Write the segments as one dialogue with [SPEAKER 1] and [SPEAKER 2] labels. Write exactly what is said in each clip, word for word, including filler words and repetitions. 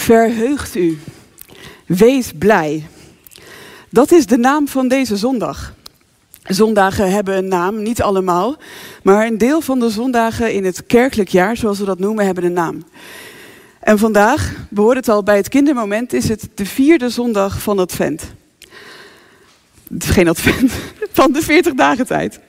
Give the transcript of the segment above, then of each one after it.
[SPEAKER 1] Verheugt u. Wees blij. Dat is de naam van deze zondag. Zondagen hebben een naam, niet allemaal. Maar een deel van de zondagen in het kerkelijk jaar, zoals we dat noemen, hebben een naam. En vandaag, we hoorden het al bij het kindermoment, is het de vierde zondag van Advent. Het is geen Advent, van de veertig dagen tijd.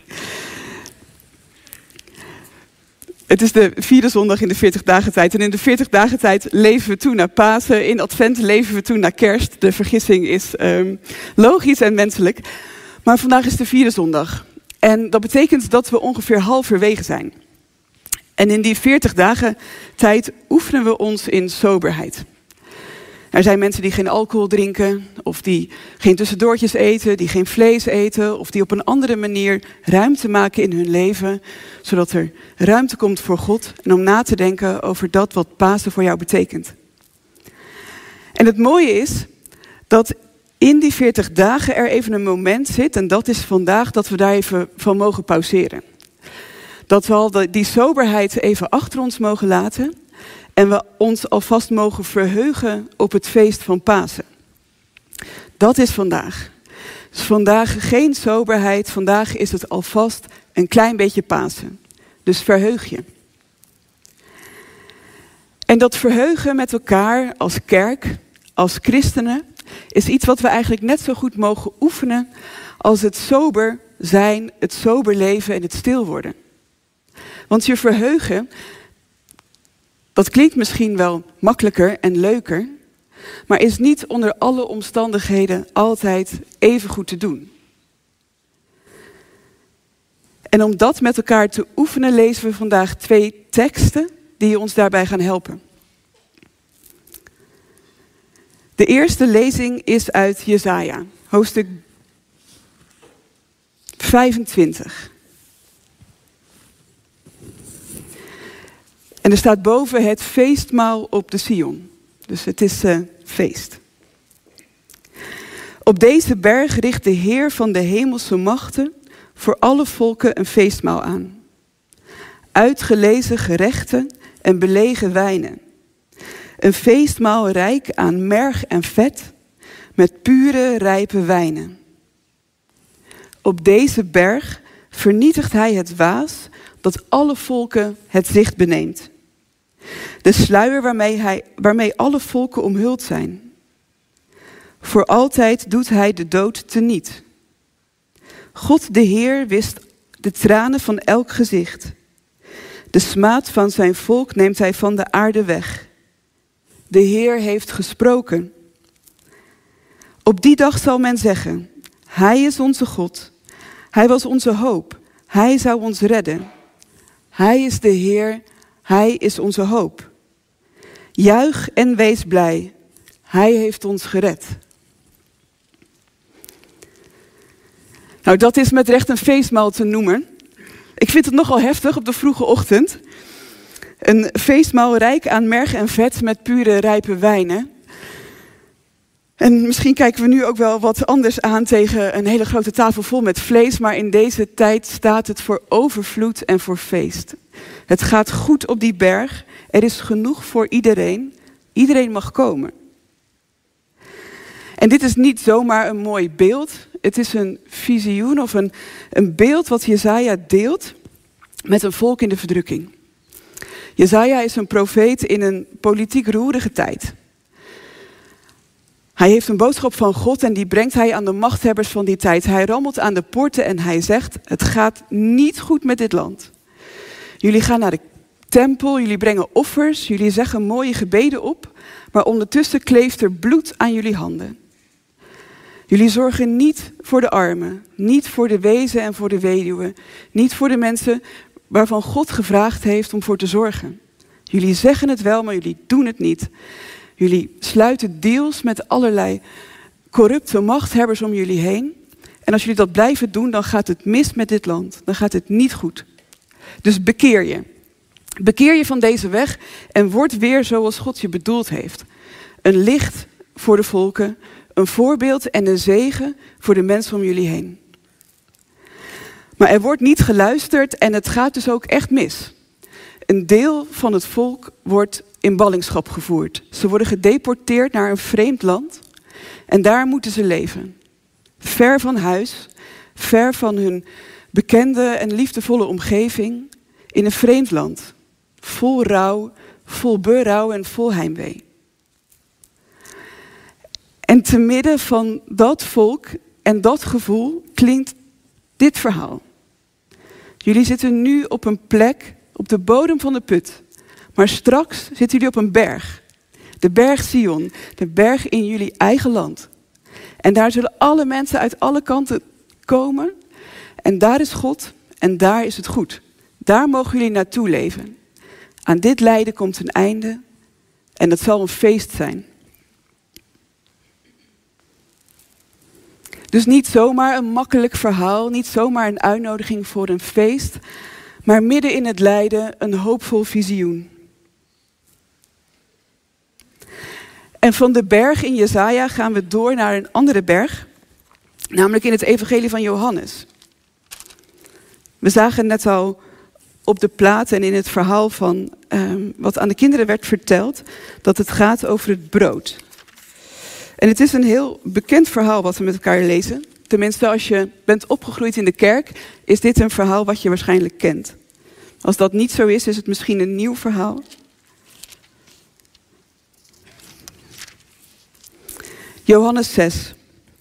[SPEAKER 1] Het is de vierde zondag in de veertig dagen tijd. En in de veertig dagen tijd leven we toe naar Pasen. In Advent leven we toe naar Kerst. De vergissing is um, logisch en menselijk. Maar vandaag is de vierde zondag. En dat betekent dat we ongeveer halverwege zijn. En in die veertig dagen tijd oefenen we ons in soberheid. Er zijn mensen die geen alcohol drinken, of die geen tussendoortjes eten, die geen vlees eten, of die op een andere manier ruimte maken in hun leven, zodat er ruimte komt voor God en om na te denken over dat wat Pasen voor jou betekent. En het mooie is dat in die veertig dagen er even een moment zit, en dat is vandaag, dat we daar even van mogen pauzeren. Dat we al die soberheid even achter ons mogen laten en we ons alvast mogen verheugen op het feest van Pasen. Dat is vandaag. Dus vandaag geen soberheid, vandaag is het alvast een klein beetje Pasen. Dus verheug je. En dat verheugen met elkaar als kerk, als christenen, is iets wat we eigenlijk net zo goed mogen oefenen als het sober zijn, het sober leven en het stil worden. Want je verheugen, dat klinkt misschien wel makkelijker en leuker, maar is niet onder alle omstandigheden altijd even goed te doen. En om dat met elkaar te oefenen lezen we vandaag twee teksten die ons daarbij gaan helpen. De eerste lezing is uit Jesaja, hoofdstuk vijfentwintig. En er staat boven het feestmaal op de Sion. Dus het is uh, feest. Op deze berg richt de Heer van de hemelse machten voor alle volken een feestmaal aan. Uitgelezen gerechten en belegen wijnen. Een feestmaal rijk aan merg en vet met pure rijpe wijnen. Op deze berg vernietigt hij het waas dat alle volken het zicht beneemt. De sluier waarmee, hij, waarmee alle volken omhuld zijn. Voor altijd doet hij de dood teniet. God de Heer wist de tranen van elk gezicht. De smaad van zijn volk neemt hij van de aarde weg. De Heer heeft gesproken. Op die dag zal men zeggen, hij is onze God. Hij was onze hoop. Hij zou ons redden. Hij is de Heer. Hij is onze hoop. Juich en wees blij. Hij heeft ons gered. Nou, dat is met recht een feestmaal te noemen. Ik vind het nogal heftig op de vroege ochtend. Een feestmaal rijk aan merg en vet met pure rijpe wijnen. En misschien kijken we nu ook wel wat anders aan tegen een hele grote tafel vol met vlees. Maar in deze tijd staat het voor overvloed en voor feest. Het gaat goed op die berg. Er is genoeg voor iedereen. Iedereen mag komen. En dit is niet zomaar een mooi beeld. Het is een visioen of een, een beeld wat Jesaja deelt met een volk in de verdrukking. Jesaja is een profeet in een politiek roerige tijd. Hij heeft een boodschap van God en die brengt hij aan de machthebbers van die tijd. Hij rammelt aan de poorten en hij zegt, het gaat niet goed met dit land. Jullie gaan naar de tempel, jullie brengen offers, jullie zeggen mooie gebeden op, maar ondertussen kleeft er bloed aan jullie handen. Jullie zorgen niet voor de armen, niet voor de wezen en voor de weduwen, niet voor de mensen waarvan God gevraagd heeft om voor te zorgen. Jullie zeggen het wel, maar jullie doen het niet. Jullie sluiten deals met allerlei corrupte machthebbers om jullie heen. En als jullie dat blijven doen, dan gaat het mis met dit land. Dan gaat het niet goed. Dus bekeer je. Bekeer je van deze weg en word weer zoals God je bedoeld heeft. Een licht voor de volken, een voorbeeld en een zegen voor de mensen om jullie heen. Maar er wordt niet geluisterd en het gaat dus ook echt mis. Een deel van het volk wordt in ballingschap gevoerd. Ze worden gedeporteerd naar een vreemd land en daar moeten ze leven. Ver van huis, ver van hun bekende en liefdevolle omgeving, in een vreemd land. Vol rouw, vol berouw en vol heimwee. En te midden van dat volk en dat gevoel klinkt dit verhaal. Jullie zitten nu op een plek op de bodem van de put. Maar straks zitten jullie op een berg. De berg Sion, de berg in jullie eigen land. En daar zullen alle mensen uit alle kanten komen. En daar is God en daar is het goed. Daar mogen jullie naartoe leven. Aan dit lijden komt een einde en dat zal een feest zijn. Dus niet zomaar een makkelijk verhaal, niet zomaar een uitnodiging voor een feest, maar midden in het lijden een hoopvol visioen. En van de berg in Jesaja gaan we door naar een andere berg, namelijk in het evangelie van Johannes. We zagen net al op de plaat en in het verhaal van um, wat aan de kinderen werd verteld, dat het gaat over het brood. En het is een heel bekend verhaal wat we met elkaar lezen. Tenminste, als je bent opgegroeid in de kerk, is dit een verhaal wat je waarschijnlijk kent. Als dat niet zo is, is het misschien een nieuw verhaal. Johannes zes.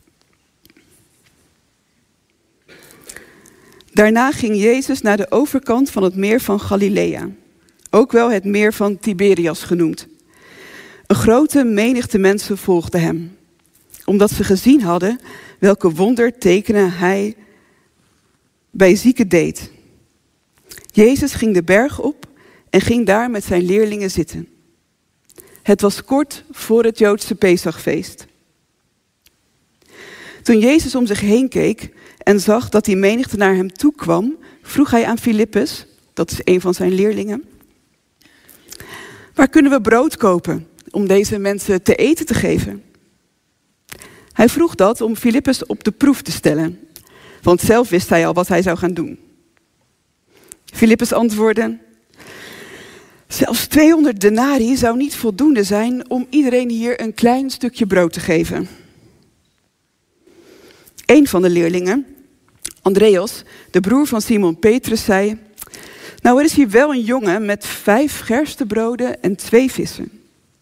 [SPEAKER 1] Daarna ging Jezus naar de overkant van het meer van Galilea. Ook wel het meer van Tiberias genoemd. Een grote menigte mensen volgde hem, omdat ze gezien hadden welke wondertekenen hij bij zieken deed. Jezus ging de berg op en ging daar met zijn leerlingen zitten. Het was kort voor het Joodse Pesachfeest. Toen Jezus om zich heen keek en zag dat die menigte naar hem toe kwam, vroeg hij aan Filippus, dat is een van zijn leerlingen, waar kunnen we brood kopen om deze mensen te eten te geven? Hij vroeg dat om Filippus op de proef te stellen, want zelf wist hij al wat hij zou gaan doen. Filippus antwoordde, zelfs tweehonderd denarii zou niet voldoende zijn om iedereen hier een klein stukje brood te geven. Een van de leerlingen, Andreas, de broer van Simon Petrus, zei, nou er is hier wel een jongen met vijf gerstebroden en twee vissen.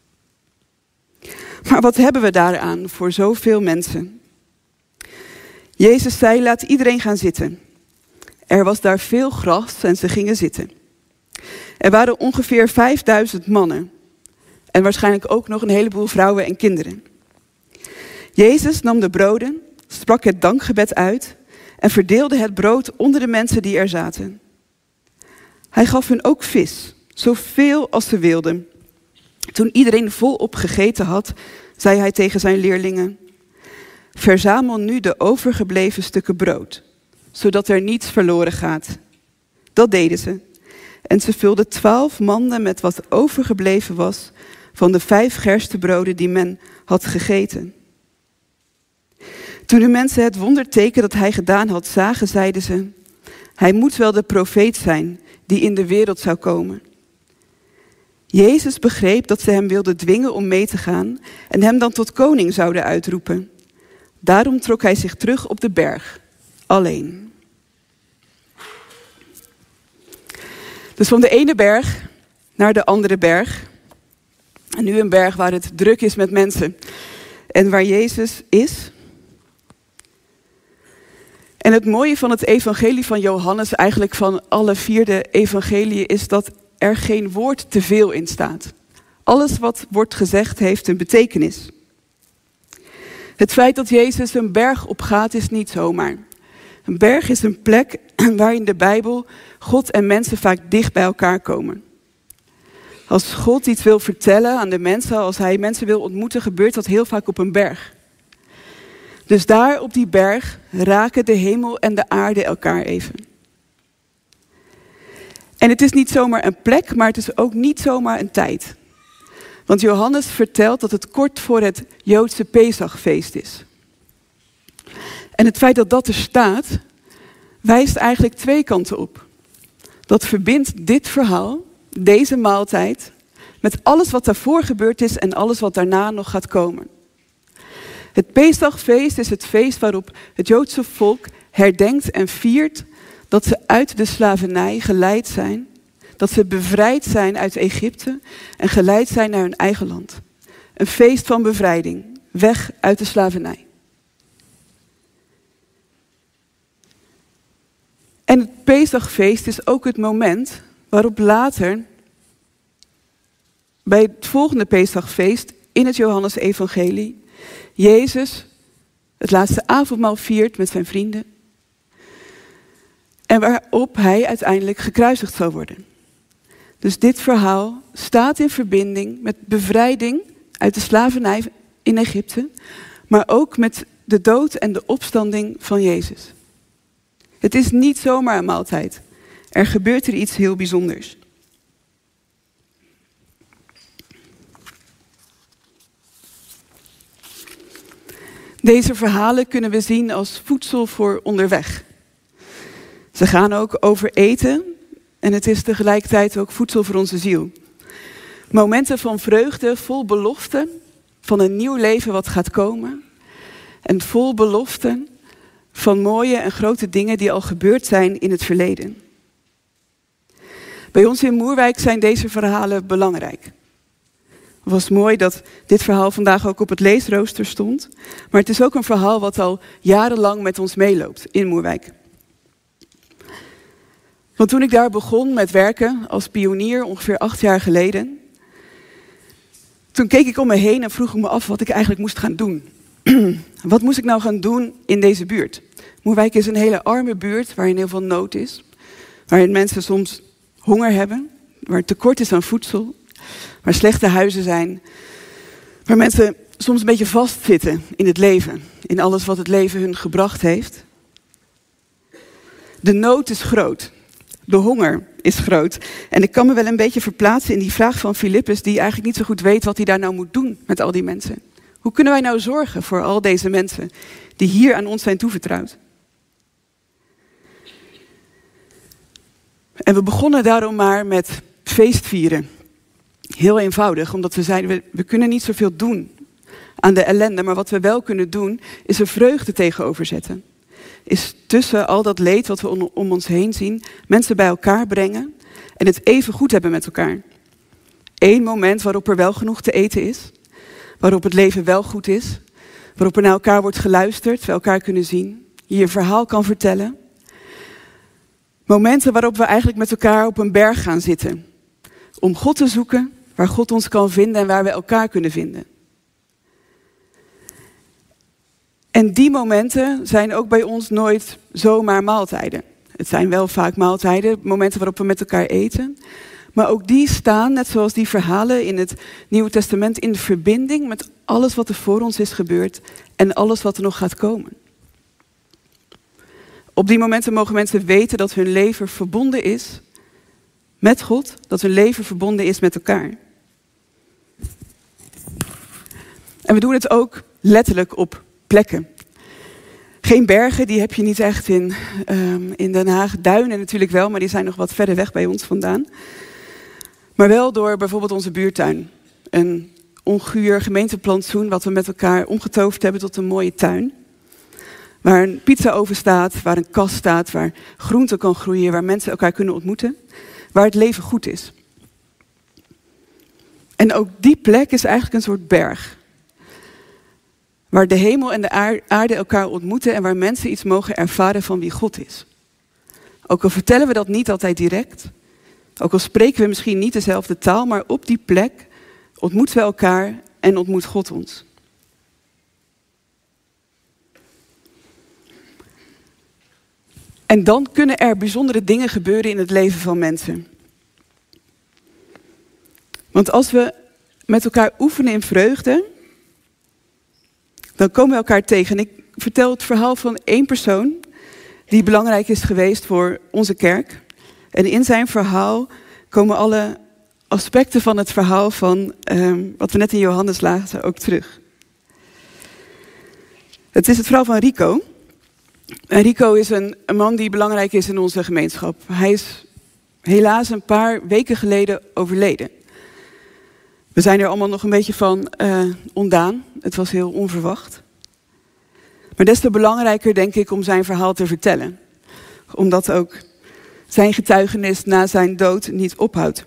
[SPEAKER 1] Maar wat hebben we daaraan voor zoveel mensen? Jezus zei, laat iedereen gaan zitten. Er was daar veel gras en ze gingen zitten. Er waren ongeveer vijfduizend mannen. En waarschijnlijk ook nog een heleboel vrouwen en kinderen. Jezus nam de broden, sprak het dankgebed uit en verdeelde het brood onder de mensen die er zaten. Hij gaf hun ook vis, zoveel als ze wilden. Toen iedereen volop gegeten had, zei hij tegen zijn leerlingen, verzamel nu de overgebleven stukken brood, zodat er niets verloren gaat. Dat deden ze. En ze vulden twaalf manden met wat overgebleven was van de vijf gerstebroden die men had gegeten. Toen de mensen het wonderteken dat hij gedaan had zagen, zeiden ze, hij moet wel de profeet zijn die in de wereld zou komen. Jezus begreep dat ze hem wilden dwingen om mee te gaan en hem dan tot koning zouden uitroepen. Daarom trok hij zich terug op de berg, alleen. Dus van de ene berg naar de andere berg. En nu een berg waar het druk is met mensen. En waar Jezus is. En het mooie van het evangelie van Johannes, eigenlijk van alle vier de evangeliën, is dat er geen woord te veel in staat. Alles wat wordt gezegd heeft een betekenis. Het feit dat Jezus een berg opgaat is niet zomaar. Een berg is een plek waar in de Bijbel God en mensen vaak dicht bij elkaar komen. Als God iets wil vertellen aan de mensen, als hij mensen wil ontmoeten, gebeurt dat heel vaak op een berg. Dus daar op die berg raken de hemel en de aarde elkaar even. En het is niet zomaar een plek, maar het is ook niet zomaar een tijd. Want Johannes vertelt dat het kort voor het Joodse Pesachfeest is. En het feit dat dat er staat, wijst eigenlijk twee kanten op. Dat verbindt dit verhaal deze maaltijd, met alles wat daarvoor gebeurd is en alles wat daarna nog gaat komen. Het Pesachfeest is het feest waarop het Joodse volk herdenkt en viert dat ze uit de slavernij geleid zijn, dat ze bevrijd zijn uit Egypte en geleid zijn naar hun eigen land. Een feest van bevrijding, weg uit de slavernij. En het Pesachfeest is ook het moment waarop later, bij het volgende Pesachfeest in het Johannesevangelie, Jezus het laatste avondmaal viert met zijn vrienden. En waarop hij uiteindelijk gekruisigd zal worden. Dus dit verhaal staat in verbinding met bevrijding uit de slavernij in Egypte, maar ook met de dood en de opstanding van Jezus. Het is niet zomaar een maaltijd. Er gebeurt er iets heel bijzonders. Deze verhalen kunnen we zien als voedsel voor onderweg. Ze gaan ook over eten en het is tegelijkertijd ook voedsel voor onze ziel. Momenten van vreugde, vol belofte van een nieuw leven wat gaat komen. En vol belofte van mooie en grote dingen die al gebeurd zijn in het verleden. Bij ons in Moerwijk zijn deze verhalen belangrijk. Het was mooi dat dit verhaal vandaag ook op het leesrooster stond. Maar het is ook een verhaal wat al jarenlang met ons meeloopt in Moerwijk. Want toen ik daar begon met werken als pionier, ongeveer acht jaar geleden, toen keek ik om me heen en vroeg ik me af wat ik eigenlijk moest gaan doen. Wat moest ik nou gaan doen in deze buurt? Moerwijk is een hele arme buurt waarin heel veel nood is. Waarin mensen soms honger hebben, waar tekort is aan voedsel, waar slechte huizen zijn. Waar mensen soms een beetje vastzitten in het leven, in alles wat het leven hun gebracht heeft. De nood is groot. De honger is groot. En ik kan me wel een beetje verplaatsen in die vraag van Filippus, die eigenlijk niet zo goed weet wat hij daar nou moet doen met al die mensen. Hoe kunnen wij nou zorgen voor al deze mensen die hier aan ons zijn toevertrouwd? En we begonnen daarom maar met feestvieren. Heel eenvoudig, omdat we zeiden, we, we kunnen niet zoveel doen aan de ellende, maar wat we wel kunnen doen, is er vreugde tegenover zetten. Is tussen al dat leed wat we om, om ons heen zien, mensen bij elkaar brengen en het even goed hebben met elkaar. Eén moment waarop er wel genoeg te eten is, waarop het leven wel goed is, waarop er naar elkaar wordt geluisterd, we elkaar kunnen zien, je je verhaal kan vertellen. Momenten waarop we eigenlijk met elkaar op een berg gaan zitten, om God te zoeken, waar God ons kan vinden en waar we elkaar kunnen vinden. En die momenten zijn ook bij ons nooit zomaar maaltijden. Het zijn wel vaak maaltijden, momenten waarop we met elkaar eten. Maar ook die staan, net zoals die verhalen in het Nieuwe Testament, in de verbinding met alles wat er voor ons is gebeurd en alles wat er nog gaat komen. Op die momenten mogen mensen weten dat hun leven verbonden is met God, dat hun leven verbonden is met elkaar. En we doen het ook letterlijk op plekken. Geen bergen, die heb je niet echt in, um, in Den Haag. Duinen natuurlijk wel, maar die zijn nog wat verder weg bij ons vandaan. Maar wel door bijvoorbeeld onze buurtuin. Een onguur gemeenteplantsoen wat we met elkaar omgetoverd hebben tot een mooie tuin. Waar een pizzaoven staat, waar een kast staat, waar groente kan groeien, waar mensen elkaar kunnen ontmoeten. Waar het leven goed is. En ook die plek is eigenlijk een soort berg. Waar de hemel en de aarde elkaar ontmoeten en waar mensen iets mogen ervaren van wie God is. Ook al vertellen we dat niet altijd direct. Ook al spreken we misschien niet dezelfde taal, maar op die plek ontmoeten we elkaar en ontmoet God ons. En dan kunnen er bijzondere dingen gebeuren in het leven van mensen. Want als we met elkaar oefenen in vreugde, dan komen we elkaar tegen. En ik vertel het verhaal van één persoon die belangrijk is geweest voor onze kerk. En in zijn verhaal komen alle aspecten van het verhaal van um, wat we net in Johannes lazen ook terug. Het is het verhaal van Rico. En Rico is een, een man die belangrijk is in onze gemeenschap. Hij is helaas een paar weken geleden overleden. We zijn er allemaal nog een beetje van uh, ontdaan. Het was heel onverwacht. Maar des te belangrijker, denk ik, om zijn verhaal te vertellen. Omdat ook zijn getuigenis na zijn dood niet ophoudt.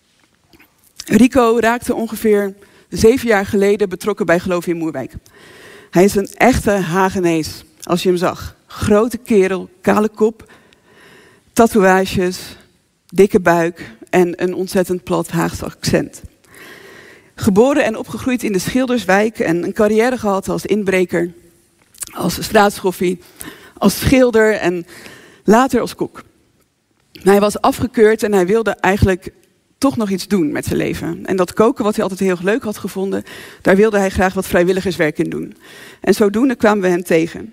[SPEAKER 1] Rico raakte ongeveer zeven jaar geleden betrokken bij Geloof in Moerwijk. Hij is een echte Hagenees, als je hem zag. Grote kerel, kale kop, tatoeages, dikke buik en een ontzettend plat Haagse accent. Geboren en opgegroeid in de Schilderswijk en een carrière gehad als inbreker, als straatschoffie, als schilder en later als kok. Hij was afgekeurd en hij wilde eigenlijk toch nog iets doen met zijn leven. En dat koken, wat hij altijd heel leuk had gevonden, daar wilde hij graag wat vrijwilligerswerk in doen. En zodoende kwamen we hem tegen.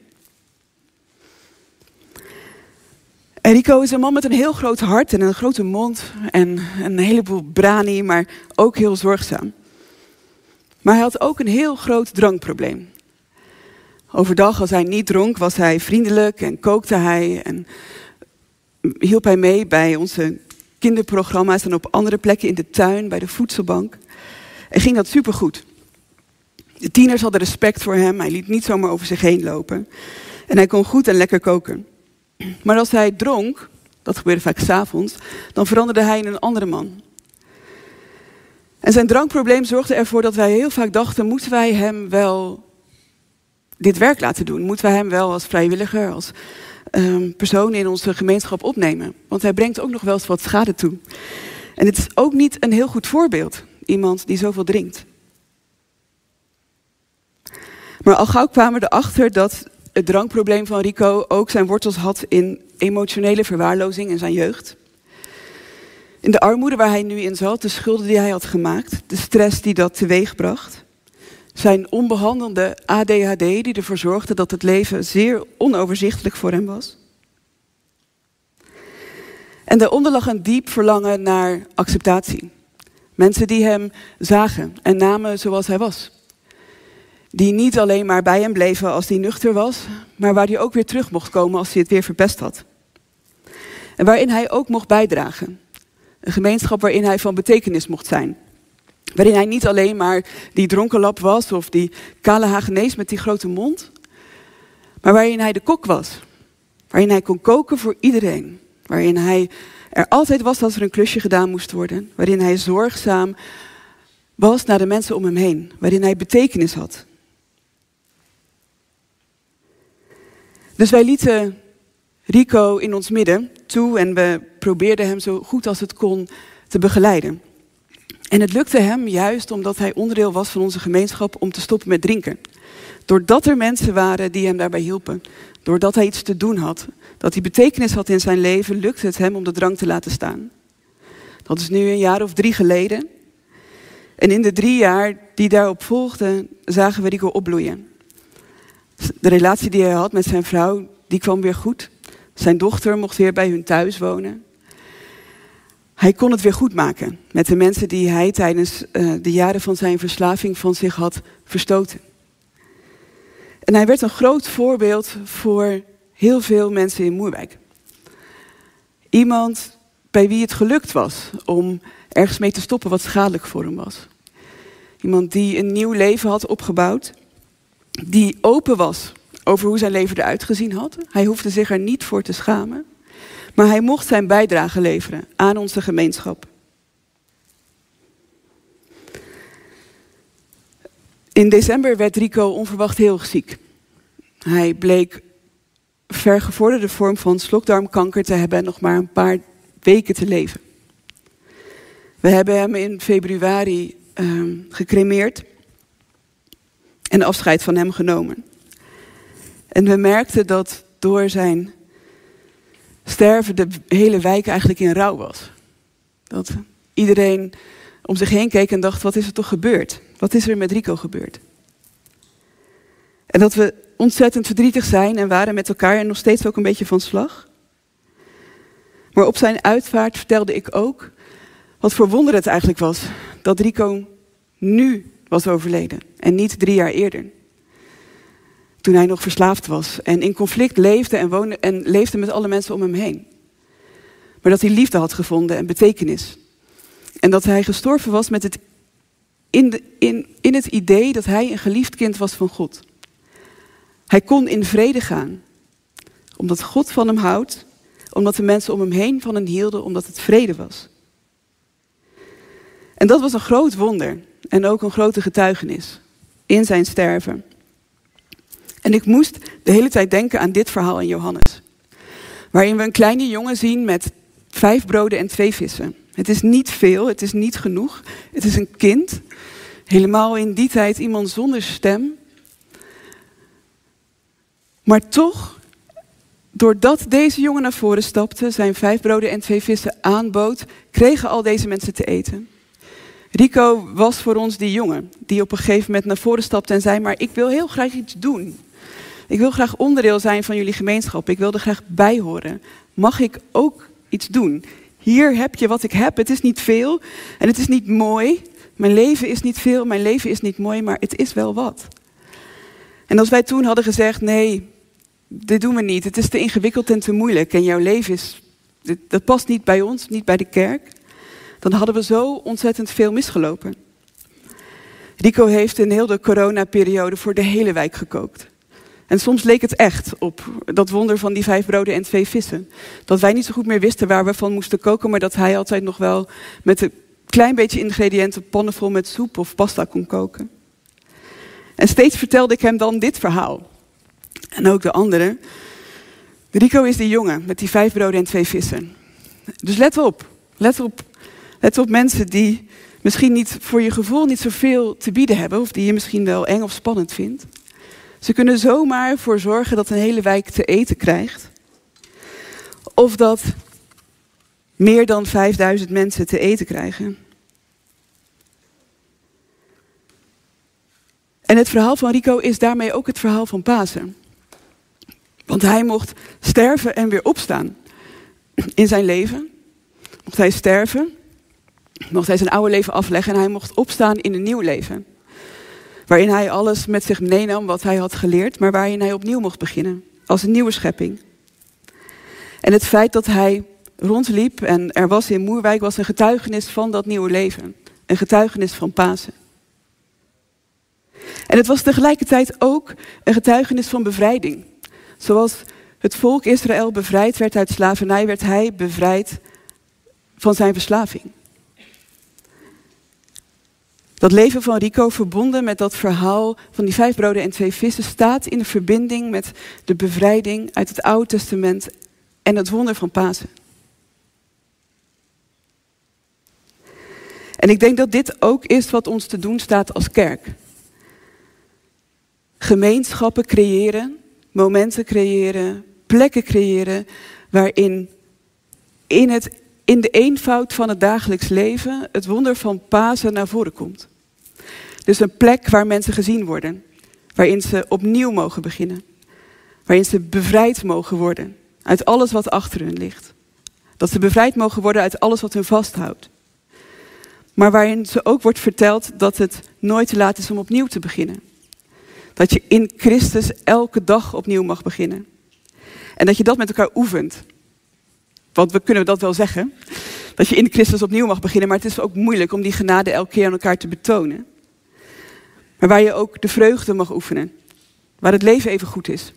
[SPEAKER 1] En Rico is een man met een heel groot hart en een grote mond en een heleboel brani, maar ook heel zorgzaam. Maar hij had ook een heel groot drankprobleem. Overdag, als hij niet dronk, was hij vriendelijk en kookte hij en hielp hij mee bij onze kinderprogramma's en op andere plekken in de tuin, bij de voedselbank. En ging dat supergoed. De tieners hadden respect voor hem, hij liet niet zomaar over zich heen lopen. En hij kon goed en lekker koken. Maar als hij dronk, dat gebeurde vaak 's avonds, dan veranderde hij in een andere man. En zijn drankprobleem zorgde ervoor dat wij heel vaak dachten, moeten wij hem wel dit werk laten doen? Moeten wij hem wel als vrijwilliger, als um, persoon in onze gemeenschap opnemen? Want hij brengt ook nog wel eens wat schade toe. En het is ook niet een heel goed voorbeeld, iemand die zoveel drinkt. Maar al gauw kwamen we erachter dat het drankprobleem van Rico ook zijn wortels had in emotionele verwaarlozing in zijn jeugd. In de armoede waar hij nu in zat, de schulden die hij had gemaakt, de stress die dat teweegbracht. Zijn onbehandelde A D H D die ervoor zorgde dat het leven zeer onoverzichtelijk voor hem was. En daaronder lag een diep verlangen naar acceptatie. Mensen die hem zagen en namen zoals hij was. Die niet alleen maar bij hem bleven als hij nuchter was, maar waar hij ook weer terug mocht komen als hij het weer verpest had. En waarin hij ook mocht bijdragen. Een gemeenschap waarin hij van betekenis mocht zijn. Waarin hij niet alleen maar die dronkenlap was of die kale Hagenees met die grote mond. Maar waarin hij de kok was. Waarin hij kon koken voor iedereen. Waarin hij er altijd was als er een klusje gedaan moest worden. Waarin hij zorgzaam was naar de mensen om hem heen. Waarin hij betekenis had. Dus wij lieten Rico in ons midden toe en we probeerden hem zo goed als het kon te begeleiden. En het lukte hem juist omdat hij onderdeel was van onze gemeenschap om te stoppen met drinken. Doordat er mensen waren die hem daarbij hielpen. Doordat hij iets te doen had. Dat hij betekenis had in zijn leven, lukte het hem om de drank te laten staan. Dat is nu een jaar of drie geleden. En in de drie jaar die daarop volgden, zagen we Rico opbloeien. De relatie die hij had met zijn vrouw, die kwam weer goed. Zijn dochter mocht weer bij hun thuis wonen. Hij kon het weer goed maken met de mensen die hij tijdens uh, de jaren van zijn verslaving van zich had verstoten. En hij werd een groot voorbeeld voor heel veel mensen in Moerwijk. Iemand bij wie het gelukt was om ergens mee te stoppen wat schadelijk voor hem was. Iemand die een nieuw leven had opgebouwd. Die open was over hoe zijn leven eruit gezien had. Hij hoefde zich er niet voor te schamen. Maar hij mocht zijn bijdrage leveren aan onze gemeenschap. In december werd Rico onverwacht heel ziek. Hij bleek vergevorderde vorm van slokdarmkanker te hebben en nog maar een paar weken te leven. We hebben hem in februari um, gecremeerd en afscheid van hem genomen. En we merkten dat door zijn sterven de hele wijk eigenlijk in rouw was. Dat iedereen om zich heen keek en dacht, wat is er toch gebeurd? Wat is er met Rico gebeurd? En dat we ontzettend verdrietig zijn en waren met elkaar en nog steeds ook een beetje van slag. Maar op zijn uitvaart vertelde ik ook wat voor wonder het eigenlijk was dat Rico nu was overleden en niet drie jaar eerder. Toen hij nog verslaafd was en in conflict leefde en, woonde, en leefde met alle mensen om hem heen. maar dat hij liefde had gevonden en betekenis. En dat hij gestorven was met het, in, de, in, in het idee dat hij een geliefd kind was van God. Hij kon in vrede gaan, omdat God van hem houdt, omdat de mensen om hem heen van hem hielden, omdat het vrede was. En dat was een groot wonder en ook een grote getuigenis in zijn sterven. En ik moest de hele tijd denken aan dit verhaal in Johannes. Waarin we een kleine jongen zien met vijf broden en twee vissen. Het is niet veel, het is niet genoeg. Het is een kind. Helemaal in die tijd iemand zonder stem. Maar toch, doordat deze jongen naar voren stapte, zijn vijf broden en twee vissen aanbood, kregen al deze mensen te eten. Rico was voor ons die jongen die op een gegeven moment naar voren stapte en zei, maar ik wil heel graag iets doen. Ik wil graag onderdeel zijn van jullie gemeenschap. Ik wil er graag bij horen. Mag ik ook iets doen? Hier heb je wat ik heb. Het is niet veel en het is niet mooi. Mijn leven is niet veel, mijn leven is niet mooi, maar het is wel wat. En als wij toen hadden gezegd, nee, dit doen we niet. Het is te ingewikkeld en te moeilijk. En jouw leven is, dat past niet bij ons, niet bij de kerk. Dan hadden we zo ontzettend veel misgelopen. Rico heeft in heel de coronaperiode voor de hele wijk gekookt. En soms leek het echt op dat wonder van die vijf broden en twee vissen. Dat wij niet zo goed meer wisten waar we van moesten koken, maar dat hij altijd nog wel met een klein beetje ingrediënten pannen vol met soep of pasta kon koken. En steeds vertelde ik hem dan dit verhaal. En ook de anderen. Rico is die jongen met die vijf broden en twee vissen. Dus let op. Let op. Let op mensen die misschien niet voor je gevoel niet zoveel te bieden hebben. Of die je misschien wel eng of spannend vindt. Ze kunnen zomaar ervoor zorgen dat een hele wijk te eten krijgt. Of dat meer dan vijfduizend mensen te eten krijgen. En het verhaal van Rico is daarmee ook het verhaal van Pasen. Want hij mocht sterven en weer opstaan in zijn leven. Mocht hij sterven, mocht hij zijn oude leven afleggen en hij mocht opstaan in een nieuw leven. Waarin hij alles met zich meenam wat hij had geleerd, maar waarin hij opnieuw mocht beginnen. Als een nieuwe schepping. En het feit dat hij rondliep en er was in Moerwijk was een getuigenis van dat nieuwe leven. Een getuigenis van Pasen. En het was tegelijkertijd ook een getuigenis van bevrijding. Zoals het volk Israël bevrijd werd uit slavernij, werd hij bevrijd van zijn verslaving. Dat leven van Rico, verbonden met dat verhaal van die vijf broden en twee vissen, staat in de verbinding met de bevrijding uit het Oude Testament en het wonder van Pasen. En ik denk dat dit ook is wat ons te doen staat als kerk. Gemeenschappen creëren, momenten creëren, plekken creëren waarin in, het, in de eenvoud van het dagelijks leven het wonder van Pasen naar voren komt. Dus een plek waar mensen gezien worden, waarin ze opnieuw mogen beginnen, waarin ze bevrijd mogen worden uit alles wat achter hun ligt. Dat ze bevrijd mogen worden uit alles wat hun vasthoudt. Maar waarin ze ook wordt verteld dat het nooit te laat is om opnieuw te beginnen. Dat je in Christus elke dag opnieuw mag beginnen. En dat je dat met elkaar oefent. Want we kunnen dat wel zeggen. Dat je in Christus opnieuw mag beginnen. Maar het is ook moeilijk om die genade elke keer aan elkaar te betonen. Maar waar je ook de vreugde mag oefenen. Waar het leven even goed is.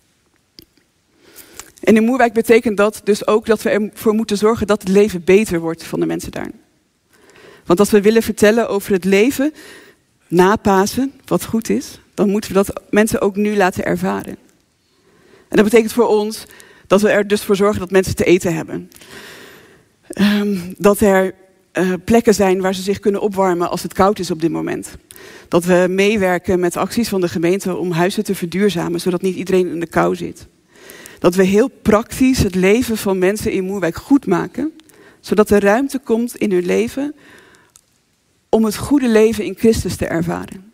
[SPEAKER 1] En in Moerwijk betekent dat dus ook dat we ervoor moeten zorgen dat het leven beter wordt van de mensen daar. Want als we willen vertellen over het leven na Pasen, wat goed is, dan moeten we dat mensen ook nu laten ervaren. En dat betekent voor ons dat we er dus voor zorgen dat mensen te eten hebben. Um, dat er uh, plekken zijn waar ze zich kunnen opwarmen als het koud is op dit moment. Dat we meewerken met acties van de gemeente om huizen te verduurzamen, zodat niet iedereen in de kou zit. Dat we heel praktisch het leven van mensen in Moerwijk goed maken, zodat er ruimte komt in hun leven om het goede leven in Christus te ervaren.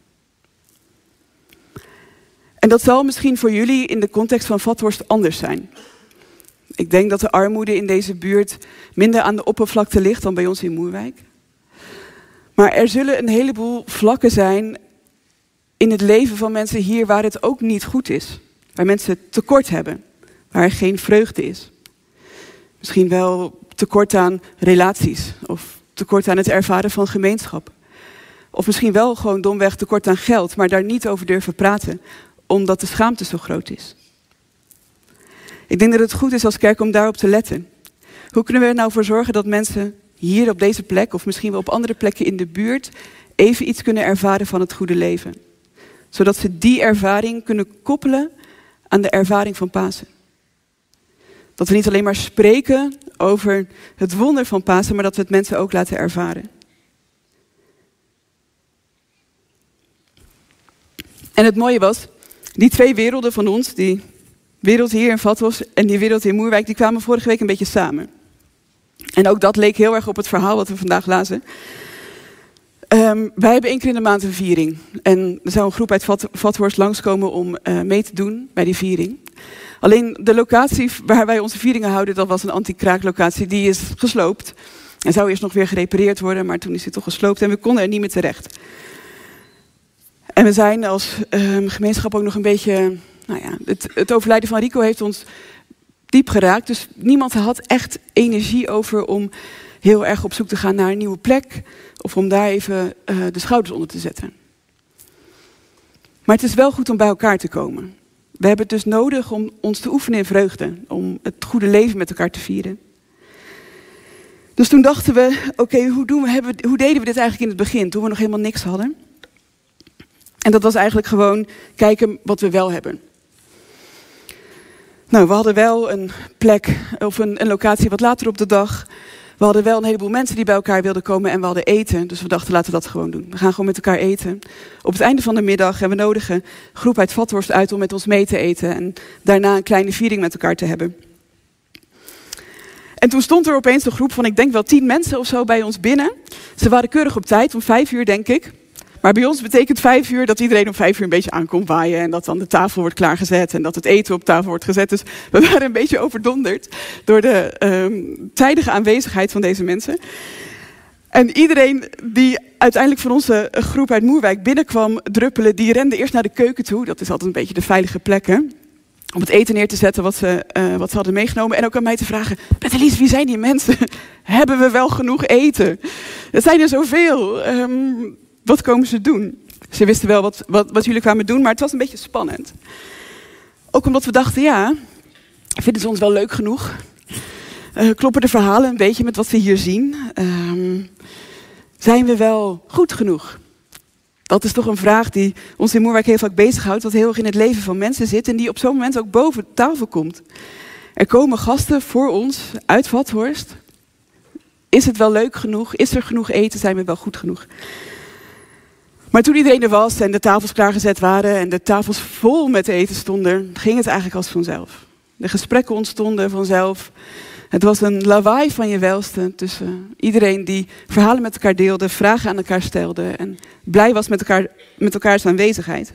[SPEAKER 1] En dat zal misschien voor jullie in de context van Vathorst anders zijn. Ik denk dat de armoede in deze buurt minder aan de oppervlakte ligt dan bij ons in Moerwijk. Maar er zullen een heleboel vlakken zijn in het leven van mensen hier waar het ook niet goed is. Waar mensen tekort hebben. Waar er geen vreugde is. Misschien wel tekort aan relaties. Of tekort aan het ervaren van gemeenschap. Of misschien wel gewoon domweg tekort aan geld, maar daar niet over durven praten, omdat de schaamte zo groot is. Ik denk dat het goed is als kerk om daarop te letten. Hoe kunnen we er nou voor zorgen dat mensen hier op deze plek, of misschien wel op andere plekken in de buurt, even iets kunnen ervaren van het goede leven? Zodat ze die ervaring kunnen koppelen aan de ervaring van Pasen. Dat we niet alleen maar spreken over het wonder van Pasen, maar dat we het mensen ook laten ervaren. En het mooie was, die twee werelden van ons, die wereld hier in Vathorst en die wereld in Moerwijk, die kwamen vorige week een beetje samen. En ook dat leek heel erg op het verhaal wat we vandaag lazen. Um, wij hebben één keer in de maand een viering. En er zou een groep uit Vat, Vathorst langskomen om uh, mee te doen bij die viering. Alleen de locatie waar wij onze vieringen houden, dat was een anti-kraaklocatie, die is gesloopt. En zou eerst nog weer gerepareerd worden, maar toen is die toch gesloopt en we konden er niet meer terecht. En we zijn als um, gemeenschap ook nog een beetje... Nou ja, het, het overlijden van Rico heeft ons diep geraakt. Dus niemand had echt energie over om heel erg op zoek te gaan naar een nieuwe plek. Of om daar even uh, de schouders onder te zetten. Maar het is wel goed om bij elkaar te komen. We hebben het dus nodig om ons te oefenen in vreugde. Om het goede leven met elkaar te vieren. Dus toen dachten we, oké, okay, hoe, doen we, hebben, hoe deden we dit eigenlijk in het begin? Toen we nog helemaal niks hadden. En dat was eigenlijk gewoon kijken wat we wel hebben. Nou, we hadden wel een plek of een, een locatie wat later op de dag. We hadden wel een heleboel mensen die bij elkaar wilden komen en we hadden eten. Dus we dachten, laten we dat gewoon doen. We gaan gewoon met elkaar eten. Op het einde van de middag en we nodigen een groep uit Vathorst uit om met ons mee te eten. En daarna een kleine viering met elkaar te hebben. En toen stond er opeens een groep van, ik denk wel tien mensen of zo bij ons binnen. Ze waren keurig op tijd, om vijf uur denk ik. Maar bij ons betekent vijf uur dat iedereen om vijf uur een beetje aankomt waaien. En dat dan de tafel wordt klaargezet en dat het eten op tafel wordt gezet. Dus we waren een beetje overdonderd door de um, tijdige aanwezigheid van deze mensen. En iedereen die uiteindelijk van onze groep uit Moerwijk binnenkwam druppelen, die rende eerst naar de keuken toe. Dat is altijd een beetje de veilige plek, hè? Om het eten neer te zetten wat ze, uh, wat ze hadden meegenomen. En ook aan mij te vragen, Betelies, wie zijn die mensen? Hebben we wel genoeg eten? Er zijn er zoveel. Um, Wat komen ze doen? Ze wisten wel wat, wat, wat jullie kwamen doen, maar het was een beetje spannend. Ook omdat we dachten, ja, vinden ze ons wel leuk genoeg? Uh, kloppen de verhalen een beetje met wat we hier zien? Um, zijn we wel goed genoeg? Dat is toch een vraag die ons in Moerwijk heel vaak bezighoudt, wat heel erg in het leven van mensen zit en die op zo'n moment ook boven tafel komt. Er komen gasten voor ons uit Vathorst. Is het wel leuk genoeg? Is er genoeg eten? Zijn we wel goed genoeg? Maar toen iedereen er was en de tafels klaargezet waren en de tafels vol met eten stonden, ging het eigenlijk als vanzelf. De gesprekken ontstonden vanzelf. Het was een lawaai van je welste tussen iedereen die verhalen met elkaar deelde, vragen aan elkaar stelde en blij was met, elkaar, met elkaars aanwezigheid.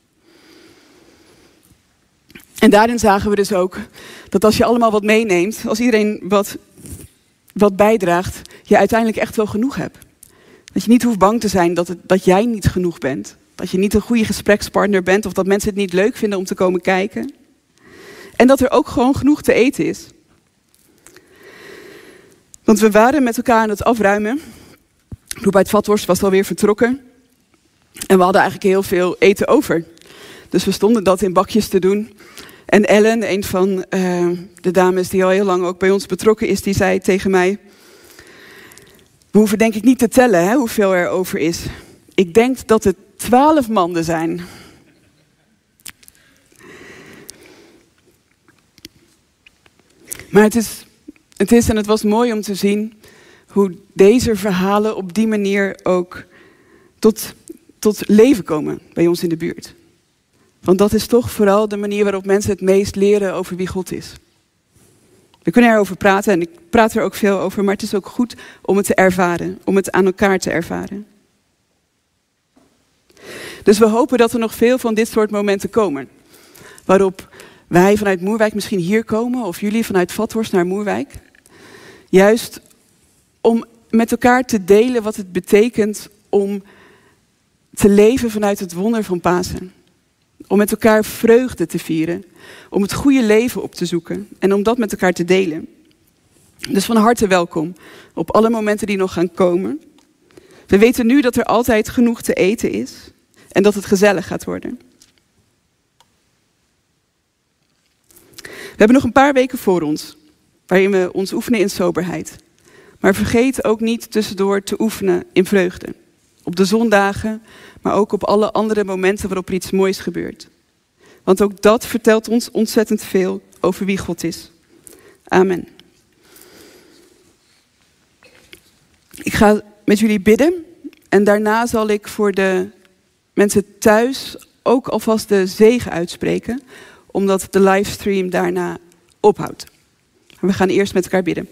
[SPEAKER 1] En daarin zagen we dus ook dat als je allemaal wat meeneemt, als iedereen wat, wat bijdraagt, je uiteindelijk echt wel genoeg hebt. Dat je niet hoeft bang te zijn dat, het, dat jij niet genoeg bent. Dat je niet een goede gesprekspartner bent of dat mensen het niet leuk vinden om te komen kijken. En dat er ook gewoon genoeg te eten is. Want we waren met elkaar aan het afruimen. De groep uit Vathorst was alweer vertrokken. En we hadden eigenlijk heel veel eten over. Dus we stonden dat in bakjes te doen. En Ellen, een van uh, de dames die al heel lang ook bij ons betrokken is, die zei tegen mij: we hoeven denk ik niet te tellen hè, hoeveel er over is. Ik denk dat het twaalf manden zijn. Maar het is, het is en het was mooi om te zien hoe deze verhalen op die manier ook tot, tot leven komen bij ons in de buurt. Want dat is toch vooral de manier waarop mensen het meest leren over wie God is. We kunnen erover praten en ik praat er ook veel over, maar het is ook goed om het te ervaren, om het aan elkaar te ervaren. Dus we hopen dat er nog veel van dit soort momenten komen. Waarop wij vanuit Moerwijk misschien hier komen, of jullie vanuit Vathorst naar Moerwijk. Juist om met elkaar te delen wat het betekent om te leven vanuit het wonder van Pasen. Om met elkaar vreugde te vieren. Om het goede leven op te zoeken. En om dat met elkaar te delen. Dus van harte welkom op alle momenten die nog gaan komen. We weten nu dat er altijd genoeg te eten is en dat het gezellig gaat worden. We hebben nog een paar weken voor ons, waarin we ons oefenen in soberheid. Maar vergeet ook niet tussendoor te oefenen in vreugde. Op de zondagen, maar ook op alle andere momenten waarop er iets moois gebeurt. Want ook dat vertelt ons ontzettend veel over wie God is. Amen. Ik ga met jullie bidden en daarna zal ik voor de mensen thuis ook alvast de zegen uitspreken, omdat de livestream daarna ophoudt. Maar we gaan eerst met elkaar bidden.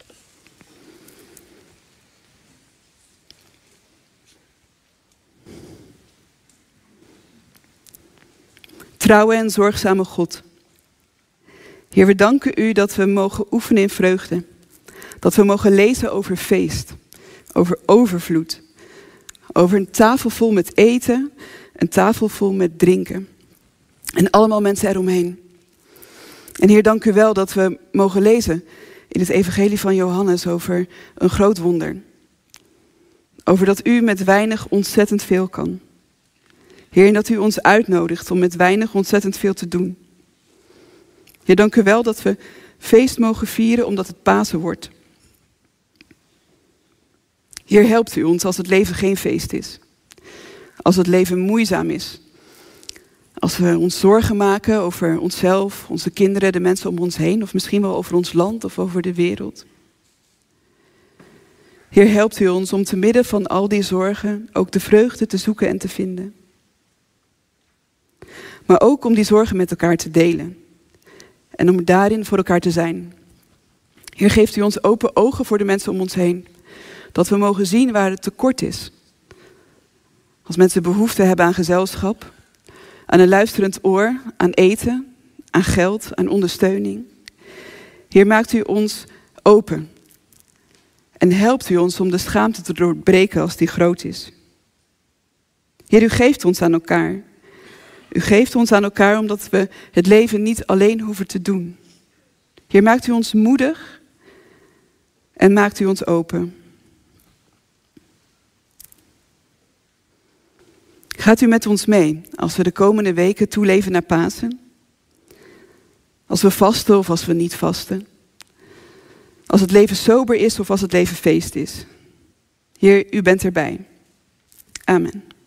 [SPEAKER 1] Trouwe en zorgzame God. Heer, we danken u dat we mogen oefenen in vreugde. Dat we mogen lezen over feest, over overvloed. Over een tafel vol met eten, een tafel vol met drinken. En allemaal mensen eromheen. En Heer, dank u wel dat we mogen lezen in het evangelie van Johannes over een groot wonder. Over dat u met weinig ontzettend veel kan. Heer, en dat u ons uitnodigt om met weinig ontzettend veel te doen. Heer, dank u wel dat we feest mogen vieren omdat het Pasen wordt. Heer, helpt u ons als het leven geen feest is. Als het leven moeizaam is. Als we ons zorgen maken over onszelf, onze kinderen, de mensen om ons heen. Of misschien wel over ons land of over de wereld. Heer, helpt u ons om te midden van al die zorgen ook de vreugde te zoeken en te vinden. Maar ook om die zorgen met elkaar te delen. En om daarin voor elkaar te zijn. Heer, geeft u ons open ogen voor de mensen om ons heen. Dat we mogen zien waar het tekort is. Als mensen behoefte hebben aan gezelschap. Aan een luisterend oor. Aan eten. Aan geld. Aan ondersteuning. Heer, maakt u ons open. En helpt u ons om de schaamte te doorbreken als die groot is. Heer, u geeft ons aan elkaar. U geeft ons aan elkaar omdat we het leven niet alleen hoeven te doen. Heer, maakt u ons moedig en maakt u ons open. Gaat u met ons mee als we de komende weken toeleven naar Pasen? Als we vasten of als we niet vasten? Als het leven sober is of als het leven feest is? Heer, u bent erbij. Amen.